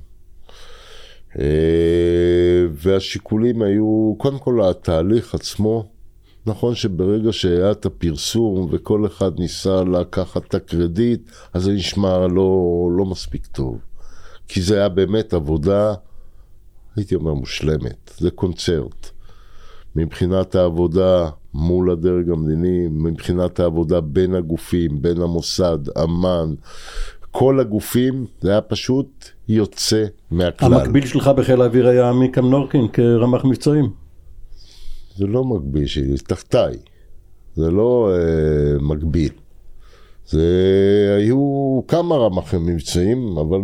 C: והשיקולים היו, קודם כל התהליך עצמו, נכון שברגע שהיה את הפרסום וכל אחד ניסה לקחת את הקרדיט, אז זה נשמע לא מספיק טוב. כי זה היה באמת עבודה, הייתי אומר מושלמת, זה קונצרט. מבחינת העבודה מול הדרג המדיני, מבחינת העבודה בין הגופים, בין המוסד, אמן, כל הגופים, זה היה פשוט יוצא מהכלל.
B: המקביל שלך בחיל האוויר היה מיקם נורקין כרמ"ח מבצעים?
C: זה לא מקביל שלי, זה תחתיי. זה לא מקביל. זה היו כמה רמ"חים מבצעים, אבל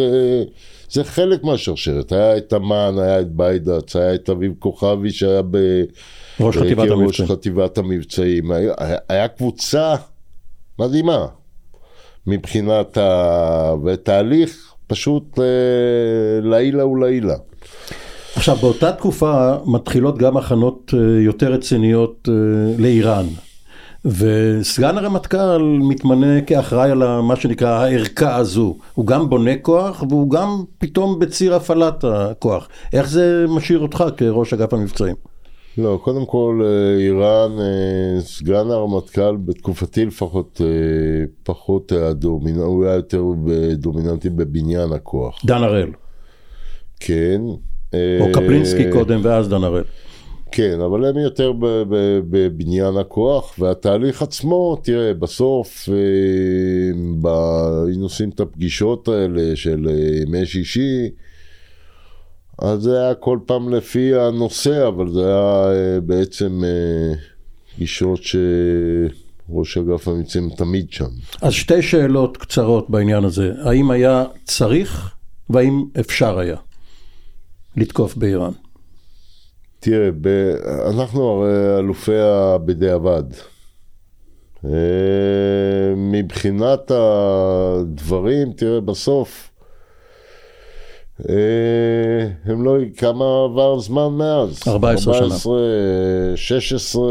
C: זה חלק מהשרשרת. היה את אמן, היה את ביידץ, היה את אביב כוכבי שהיה
B: ראש
C: חטיבת המבצעים. היה קבוצה מדהימה מבחינת ותהליך פשוט לעילה ולעילה.
B: עכשיו, באותה תקופה מתחילות גם הכנות יותר רציניות לאיראן, וסגן הרמטכ"ל מתמנה כאחראי על מה שנקרא הערכה הזו. הוא גם בונה כוח, והוא גם פתאום בציר הפעלת הכוח. איך זה משאיר אותך כראש אגף המבצעים?
C: לא, קודם כל, איראן, סגן הרמטכ"ל בתקופתי לפחות פחות היה דומיננטי, הוא היה יותר דומיננטי בבניין הכוח.
B: דן הראל.
C: כן.
B: או קפלינסקי קודם ואז דן הראל.
C: כן, אבל הם יותר בבניין הכוח, והתהליך עצמו, תראה, בסוף היינו עושים את הפגישות האלה של ימי שישי, אז זה היה כל פעם לפי הנושא, אבל זה היה בעצם פגישות שראש אגף המבצעים תמיד שם. אז
B: שתי שאלות קצרות בעניין הזה. האם היה צריך והאם אפשר היה לתקוף באיראן?
C: תראה, אנחנו הרי אלופי בדיעבד. מבחינת הדברים, תראה, בסוף, הם לא, כמה עבר זמן מאז?
B: 14 שנה.
C: 16,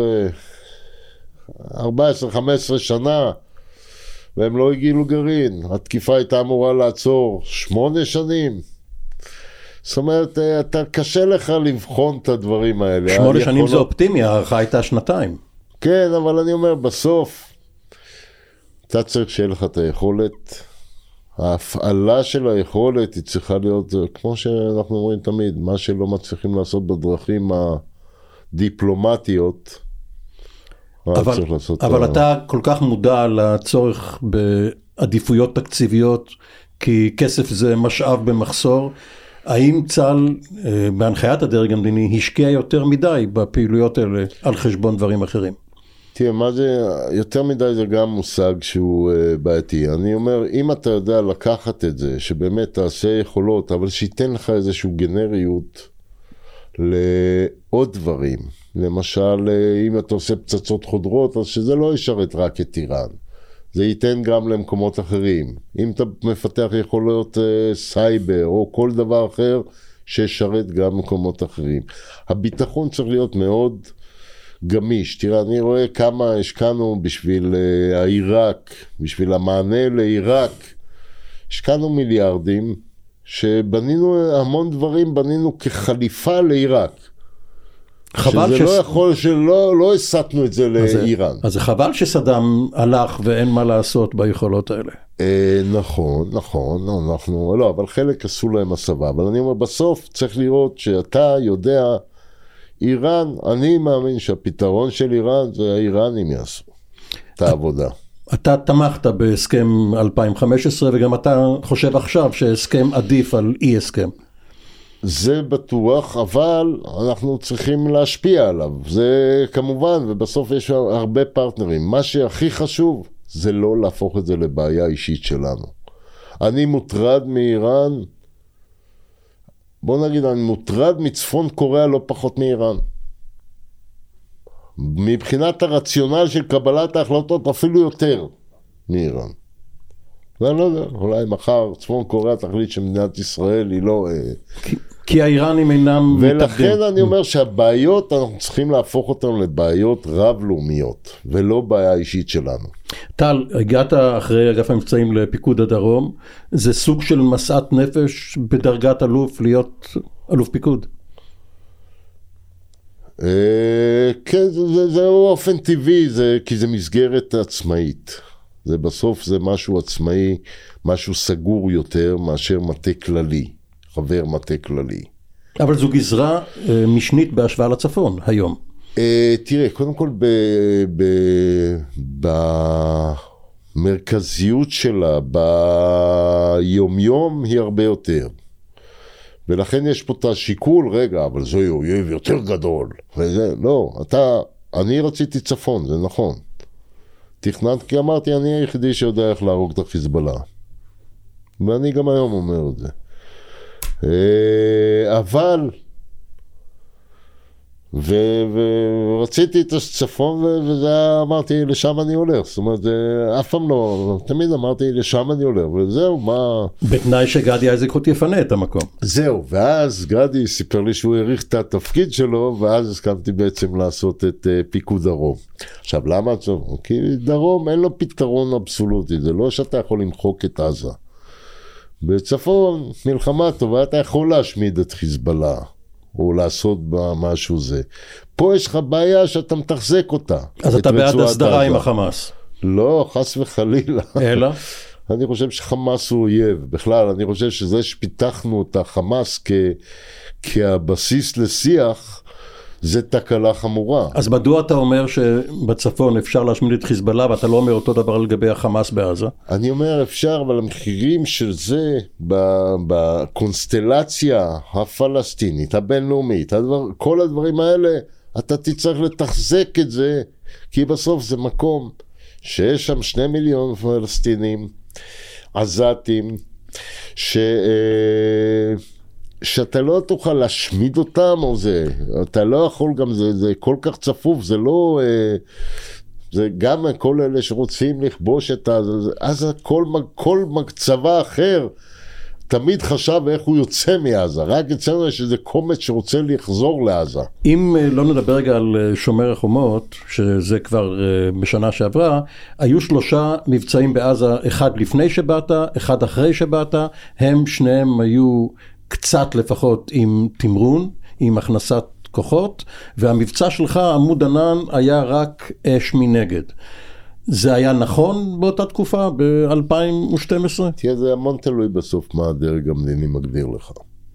C: 14, 15 שנה, והם לא הגיעו גרעין. התקיפה הייתה אמורה לעצור 8 שנים. זאת אומרת, אתה קשה לך לבחון את הדברים האלה.
B: 8 שנים זה אופטימי, הערכה הייתה 2 שנתיים.
C: כן, אבל אני אומר, בסוף, אתה צריך שיהיה לך את היכולת, ההפעלה של היכולת היא צריכה להיות, כמו שאנחנו אומרים תמיד, מה שלא מצליחים לעשות בדרכים הדיפלומטיות,
B: אבל אתה כל כך מודע לצורך בעדיפויות תקציביות, כי כסף זה משאב במחסור, האם צה"ל בהנחיית הדרג המדיני השקיע יותר מדי בפעילויות האלה על חשבון דברים אחרים?
C: תראה, מה זה, יותר מדי זה גם מושג שהוא בעייתי. אני אומר, אם אתה יודע לקחת את זה, שבאמת תעשה יכולות, אבל שייתן לך איזשהו גנריות לעוד דברים. למשל, אם אתה עושה פצצות חודרות, אז שזה לא ישרת רק את איראן. זה ייתן גם למקומות אחרים. אם אתה מפתח יכולות סייבר או כל דבר אחר, שישרת גם מקומות אחרים. הביטחון צריך להיות מאוד גמיש. תראה, אני רואה כמה השקענו בשביל העיראק, בשביל המענה לעיראק. השקענו מיליארדים, שבנינו המון דברים, בנינו כחליפה לעיראק. שזה לא יכול, שלא הסתנו את זה לאיראן.
B: אז זה חבל שסדאם הלך ואין מה לעשות ביכולות האלה.
C: נכון, לא, אבל חלק עשו להם הסבה, אבל אני אומר, בסוף צריך לראות שאתה יודע, איראן, אני מאמין שהפתרון של איראן זה האיראנים יעשו את העבודה.
B: אתה תמכת בהסכם 2015, וגם אתה חושב עכשיו שהסכם עדיף על אי הסכם.
C: זה בטוח, אבל אנחנו צריכים להשפיע עליו. זה כמובן, ובסוף יש הרבה פרטנרים. מה שהכי חשוב זה לא להפוך את זה לבעיה אישית שלנו. אני מוטרד מאיראן, בוא נגיד, אני מוטרד מצפון קוריאה לא פחות מאיראן. מבחינת הרציונל של קבלת ההחלטות אפילו יותר מאיראן. אני לא יודע, אולי מחר צפון קוריאה תחליט שמדינת ישראל היא לא...
B: כי האיראנים אינם מתאבדים.
C: ולכן אני אומר שהבעיות, אנחנו צריכים להפוך אותן לבעיות רב-לאומיות, ולא בעיה אישית שלנו.
B: טל, הגעת אחרי אגף המבצעים לפיקוד הדרום, זה סוג של מסעת נפש בדרגת אלוף להיות אלוף פיקוד?
C: כן, זה אופן טבעי, כי זה מסגרת עצמאית. זה בסוף זה משהו עצמאי, משהו סגור יותר מאשר מטה כללי, חבר מטה כללי.
B: אבל זו גזרה משנית בהשוואה לצפון היום.
C: תראה, קודם כל במרכזיות שלה, ביומיום היא הרבה יותר. ולכן יש פה את השיקול, רגע, אבל זה אויב יותר גדול. וזה, לא, אני רציתי צפון, זה נכון. תכננת, כי אמרתי, אני היחידי שיודע איך להרוג את החיזבאללה. ואני גם היום אומר את זה. אבל, ורציתי את הצפון, וזה אמרתי, לשם אני הולך. זאת אומרת, אף פעם לא, תמיד אמרתי, לשם אני הולך, וזהו, מה...
B: בתנאי שגדי איזקות יפנה את המקום.
C: זהו, ואז גדי סיפר לי שהוא העריך את התפקיד שלו, ואז הסכמתי בעצם לעשות את פיקוד דרום. עכשיו, למה? כי דרום אין לו פתרון אבסולוטי, זה לא שאתה יכול למחוק את עזה. בצפון, מלחמה טובה, אתה יכול להשמיד את חיזבאללה, או לעשות בה משהו זה. פה יש לך בעיה שאתה מתחזק אותה.
B: אז אתה בעד הסדרה עם החמאס?
C: לא, חס וחלילה.
B: אלא?
C: אני חושב שחמאס הוא אויב. בכלל, אני חושב שזה שפיתחנו את החמאס כבסיס לשיח, זה תקלה חמורה.
B: אז מדוע אתה אומר שבצפון אפשר להשמיד את חיזבאללה, ואתה לא אומר אותו דבר לגבי החמאס בעזה?
C: אני אומר אפשר, אבל המחירים של זה, בקונסטלציה הפלסטינית, הבינלאומית, כל הדברים האלה, אתה תצטרך לתחזק את זה, כי בסוף זה מקום שיש שם 2 מיליון פלסטינים, עזתים, שאתה לא תוכל להשמיד אותם, או זה, אתה לא יכול גם, זה כל כך צפוף, זה לא, זה גם כל אלה שרוצים לכבוש את אז כל צבא אחר, תמיד חשב איך הוא יוצא מעזה, רק אצלנו יש איזה קומץ שרוצה לחזור לעזה.
B: אם לא נדבר רגע על שומר החומות, שזה כבר בשנה שעברה, היו 3 מבצעים בעזה, אחד לפני שבאת, אחד אחרי שבאת, הם שניהם היו קצת לפחות עם תמרון, עם הכנסת כוחות, והמבצע שלך, עמוד ענן, היה רק אש מנגד. זה היה נכון באותה תקופה, ב-2012?
C: תראה, זה המון תלוי בסוף מה הדרג המדיני מגדיר לך.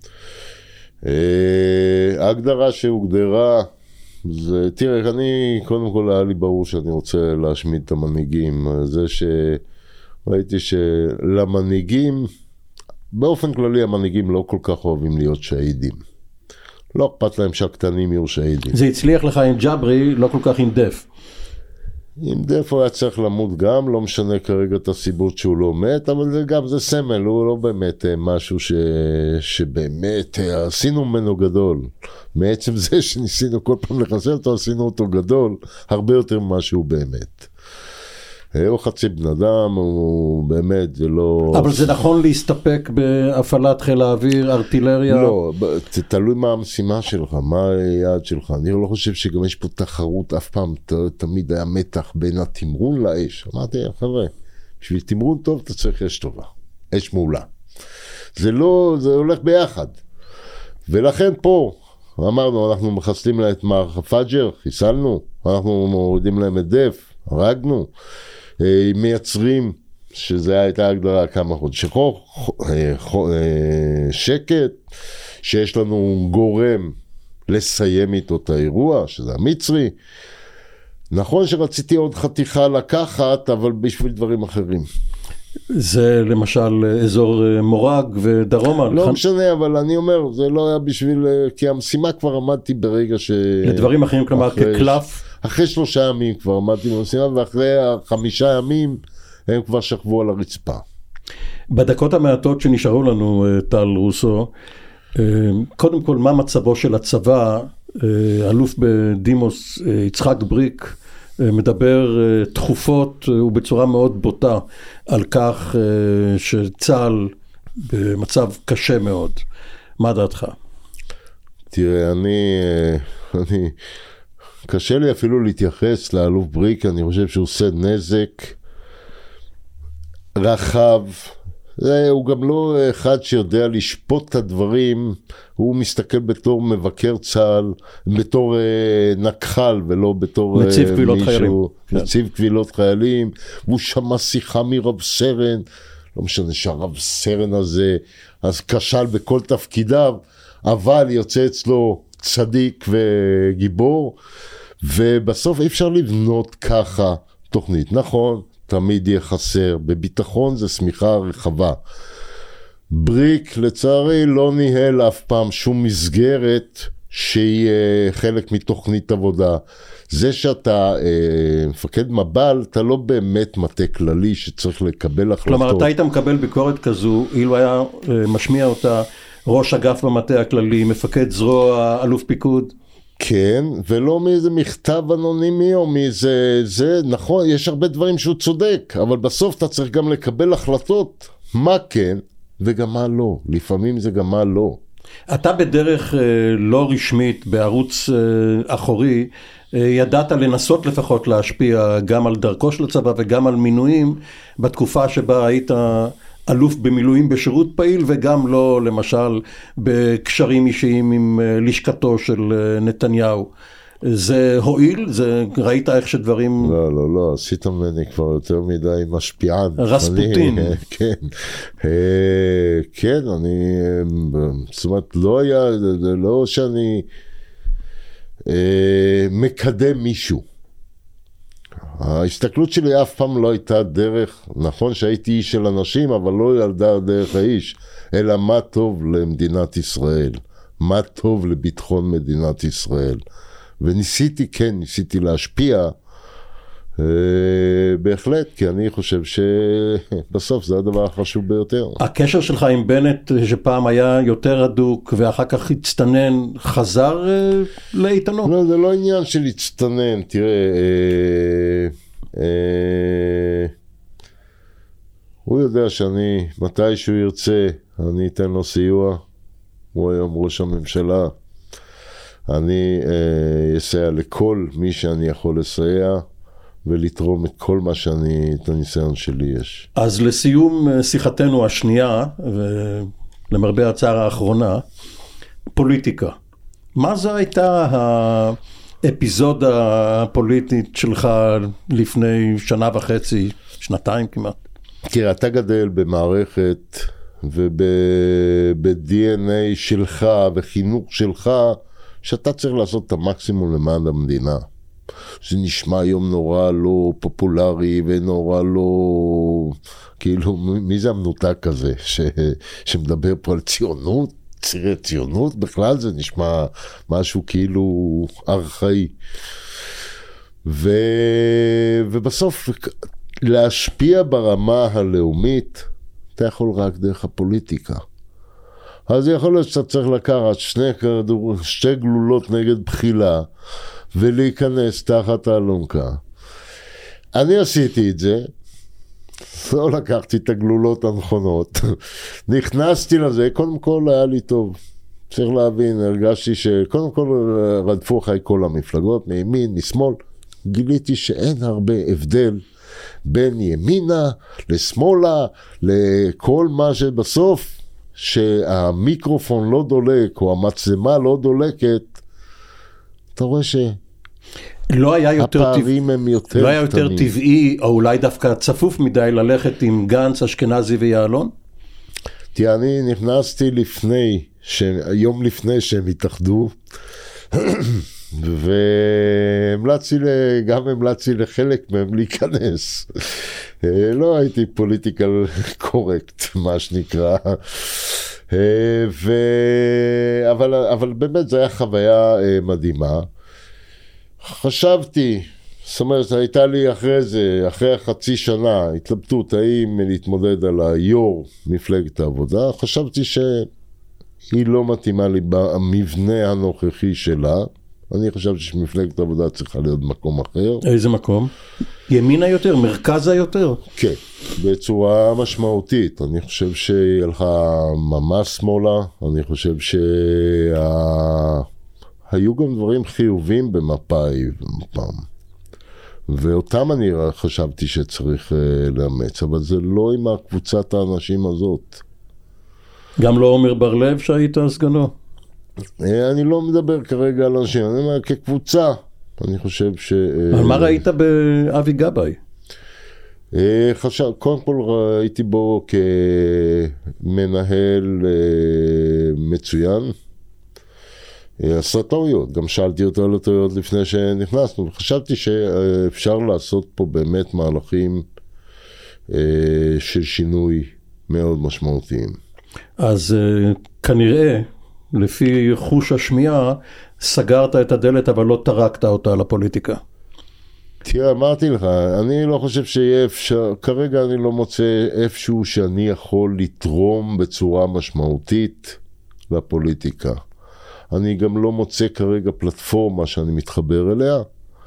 C: ההגדרה שהוגדרה, זה, תראה, אני, קודם כל היה לי ברור שאני רוצה להשמיד את המנהיגים. זה שראיתי שלמנהיגים, באופן כללי המנהיגים לא כל כך אוהבים להיות שהידים. לא אכפת להם שהקטנים יהיו שהידים.
B: זה הצליח לך עם ג'אברי, לא כל כך עם דף.
C: עם דף הוא היה צריך למות גם, לא משנה כרגע את הסיבות שהוא לא מת, אבל זה גם זה סמל, הוא לא באמת משהו שבאמת עשינו ממנו גדול. מעצם זה שניסינו כל פעם לחסל אותו, עשינו אותו גדול, הרבה יותר ממה שהוא באמת. הוא חצי בן אדם, הוא באמת, זה לא...
B: אבל זה נכון להסתפק בהפעלת חיל האוויר, ארטילריה?
C: לא, תלוי מה המשימה שלך, מה היעד שלך. אני לא חושב שגם יש פה תחרות, אף פעם תמיד היה מתח בין התמרון לאש. אמרתי, חבר'ה, בשביל תמרון טוב אתה צריך אש טובה, אש מעולה. זה לא, זה הולך ביחד. ולכן פה, אמרנו, אנחנו מחסלים לה את מערך הפאג'ר, חיסלנו, אנחנו מורידים להם את דף, הרגנו, מייצרים, שזה הייתה הגדרה כמה חודשים, שקט, שיש לנו גורם לסיים איתו את האירוע, שזה המצרי. נכון שרציתי עוד חתיכה לקחת, אבל בשביל דברים אחרים.
B: זה למשל אזור מורג ודרומה.
C: לא משנה, אבל אני אומר, זה לא היה בשביל, כי המשימה כבר עמדתי ברגע ש...
B: לדברים אחרים, כלומר כקלף?
C: אחרי 3 ימים כבר עמדתי במשימה, ואחרי 5 ימים הם כבר שכבו על הרצפה.
B: בדקות המעטות שנשארו לנו, טל רוסו, קודם כל, מה מצבו של הצבא? אלוף בדימוס יצחק בריק מדבר תכופות ובצורה מאוד בוטה על כך שצה"ל במצב קשה מאוד. מה דעתך?
C: תראה, אני קשה לי אפילו להתייחס לאלוף בריק, אני חושב שהוא עושה נזק רחב. הוא גם לא אחד שיודע לשפוט את הדברים, הוא מסתכל בתור מבקר צה"ל, בתור נקח"ל ולא בתור
B: נציב קבילות חיילים.
C: נציב קבילות חיילים, והוא שמע שיחה מרב סרן, לא משנה שהרב סרן הזה אז כשל בכל תפקידיו, אבל יוצא אצלו צדיק וגיבור, ובסוף אי אפשר לבנות ככה תוכנית. נכון, תמיד יהיה חסר, בביטחון זה סמיכה רחבה. בריק לצערי לא ניהל אף פעם שום מסגרת שהיא חלק מתוכנית עבודה. זה שאתה מפקד מב"ל, אתה לא באמת מטה כללי שצריך לקבל החלטות.
B: כלומר, אתה היית מקבל ביקורת כזו, אילו היה משמיע אותה ראש אגף במטה הכללי, מפקד זרוע, אלוף פיקוד?
C: כן, ולא מאיזה מכתב אנונימי או מאיזה, זה נכון, יש הרבה דברים שהוא צודק, אבל בסוף אתה צריך גם לקבל החלטות, מה כן וגם מה לא, לפעמים זה גם מה לא.
B: אתה בדרך לא רשמית, בערוץ אחורי, ידעת לנסות לפחות להשפיע גם על דרכו של הצבא וגם על מינויים, בתקופה שבה היית אלוף במילואים בשירות פעיל, וגם לא למשל בקשרים אישיים עם לשכתו של נתניהו. זה הועיל? ראית איך שדברים...
C: לא, עשית ממני כבר יותר מדי משפיען.
B: רספוטין.
C: כן, זאת אומרת, לא היה, לא שאני מקדם מישהו. ההסתכלות שלי אף פעם לא הייתה דרך, נכון שהייתי איש של אנשים, אבל לא ילדה דרך האיש, אלא מה טוב למדינת ישראל, מה טוב לביטחון מדינת ישראל. וניסיתי, ניסיתי להשפיע, בהחלט, כי אני חושב שבסוף זה הדבר החשוב ביותר.
B: הקשר שלך עם בנט, שפעם היה יותר הדוק ואחר כך הצטנן, חזר לאיתנו?
C: לא, זה לא עניין של הצטנן, תראה, הוא יודע שאני, מתי שהוא ירצה, אני אתן לו סיוע, הוא היום ראש הממשלה, אני אסייע לכל מי שאני יכול לסייע, ולתרום את כל מה שאני, את הניסיון שלי יש.
B: אז לסיום שיחתנו השנייה, ולמרבה הצער האחרונה, פוליטיקה. מה זו הייתה האפיזודה הפוליטית שלך לפני שנה וחצי, שנתיים כמעט?
C: תראה, אתה גדל במערכת וב-DNA שלך וחינוך שלך, שאתה צריך לעשות את המקסימום למען המדינה. זה נשמע היום נורא לא פופולרי ונורא לא, כאילו, מי זה המנותק כזה שמדבר פה על ציונות? ציונות בכלל זה נשמע משהו כאילו ארכאי. ובסוף להשפיע ברמה הלאומית, אתה יכול רק דרך הפוליטיקה. אז יכול להיות שאתה צריך לקחת שתי גלולות נגד בחילה, ולהיכנס תחת האלונקה. אני עשיתי את זה, לא לקחתי את הגלולות הנכונות, נכנסתי לזה, קודם כל היה לי טוב. צריך להבין, הרגשתי שקודם כל רדפו אחרי כל המפלגות, מימין, משמאל, גיליתי שאין הרבה הבדל בין ימינה לשמאלה, לכל מה שבסוף, שהמיקרופון לא דולק, או המצלמה לא דולקת, אתה רואה שהפערים הם יותר קטנים.
B: לא היה יותר טבעי, או אולי דווקא צפוף מדי, ללכת עם גנץ, אשכנזי ויעלון?
C: תראה, אני נכנסתי יום לפני שהם התאחדו, גם המלצתי לחלק מהם להיכנס. לא הייתי פוליטיקל קורקט, מה שנקרא. אבל באמת זו הייתה חוויה מדהימה. חשבתי, זאת אומרת, הייתה לי אחרי זה, אחרי חצי שנה, התלבטות האם להתמודד על היו"ר מפלגת העבודה. חשבתי שהיא לא מתאימה לי במבנה הנוכחי שלה. אני חשבתי שמפלגת העבודה צריכה להיות במקום אחר.
B: איזה מקום? ימינה יותר? מרכזה יותר?
C: כן, בצורה משמעותית. אני חושב שהיא הלכה ממש שמאלה. אני חושב היו גם דברים חיובים במפא"י פעם. ואותם אני חשבתי שצריך לאמץ, אבל זה לא עם הקבוצת האנשים הזאת.
B: גם לא עומר בר לב שהיית סגנו?
C: אני לא מדבר כרגע על אנשים, אני אומר כקבוצה. אני חושב
B: אבל מה ראית באבי גבאי?
C: קודם כל ראיתי בו כמנהל מצוין. עשה טעויות, גם שאלתי אותו על הטעויות לפני שנכנסנו, וחשבתי שאפשר לעשות פה באמת מהלכים של שינוי מאוד משמעותיים.
B: אז כנראה, לפי חוש השמיעה, סגרת את הדלת אבל לא טרקת אותה לפוליטיקה.
C: תראה, אמרתי לך, אני לא חושב שיהיה אפשר, כרגע אני לא מוצא איפשהו שאני יכול לתרום בצורה משמעותית לפוליטיקה. אני גם לא מוצא כרגע פלטפורמה שאני מתחבר אליה,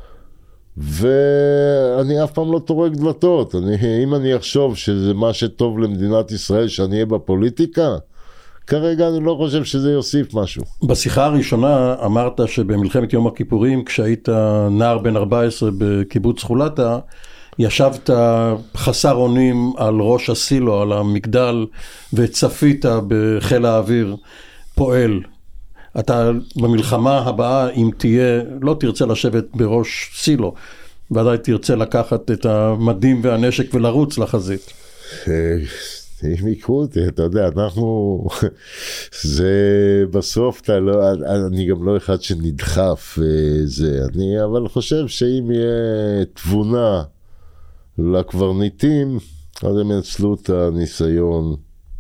C: ואני אף פעם לא טורק דלתות. אם אני אחשוב שזה מה שטוב למדינת ישראל, שאני אהיה בפוליטיקה, כרגע אני לא חושב שזה יוסיף משהו.
B: בשיחה הראשונה אמרת שבמלחמת יום הכיפורים, כשהיית נער בן 14 בקיבוץ חולתה, ישבת חסר אונים על ראש הסילו, על המגדל, וצפית בחיל האוויר פועל. אתה במלחמה הבאה, אם תהיה, לא תרצה לשבת בראש סילו, ודאי תרצה לקחת את המדים והנשק ולרוץ לחזית.
C: אם יקרו אותי, אתה יודע, אנחנו, זה בסוף, אני גם לא אחד שנדחף זה, אבל חושב שאם יהיה תבונה לקברניטים, אז הם ינצלו את הניסיון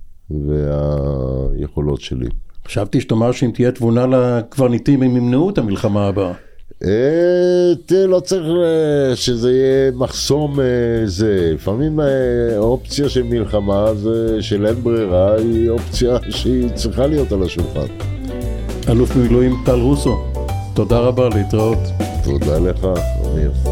C: והיכולות שלי. חשבתי
B: שתאמר שאם תהיה תבונה לקברניטים, הם ימנעו את המלחמה הבאה.
C: לא צריך שזה יהיה מחסום זה. לפעמים האופציה של מלחמה של אין ברירה היא אופציה שהיא צריכה להיות על השולחן.
B: אלוף מילואים טל רוסו, תודה רבה, להתראות.
C: תודה לך, אמיר.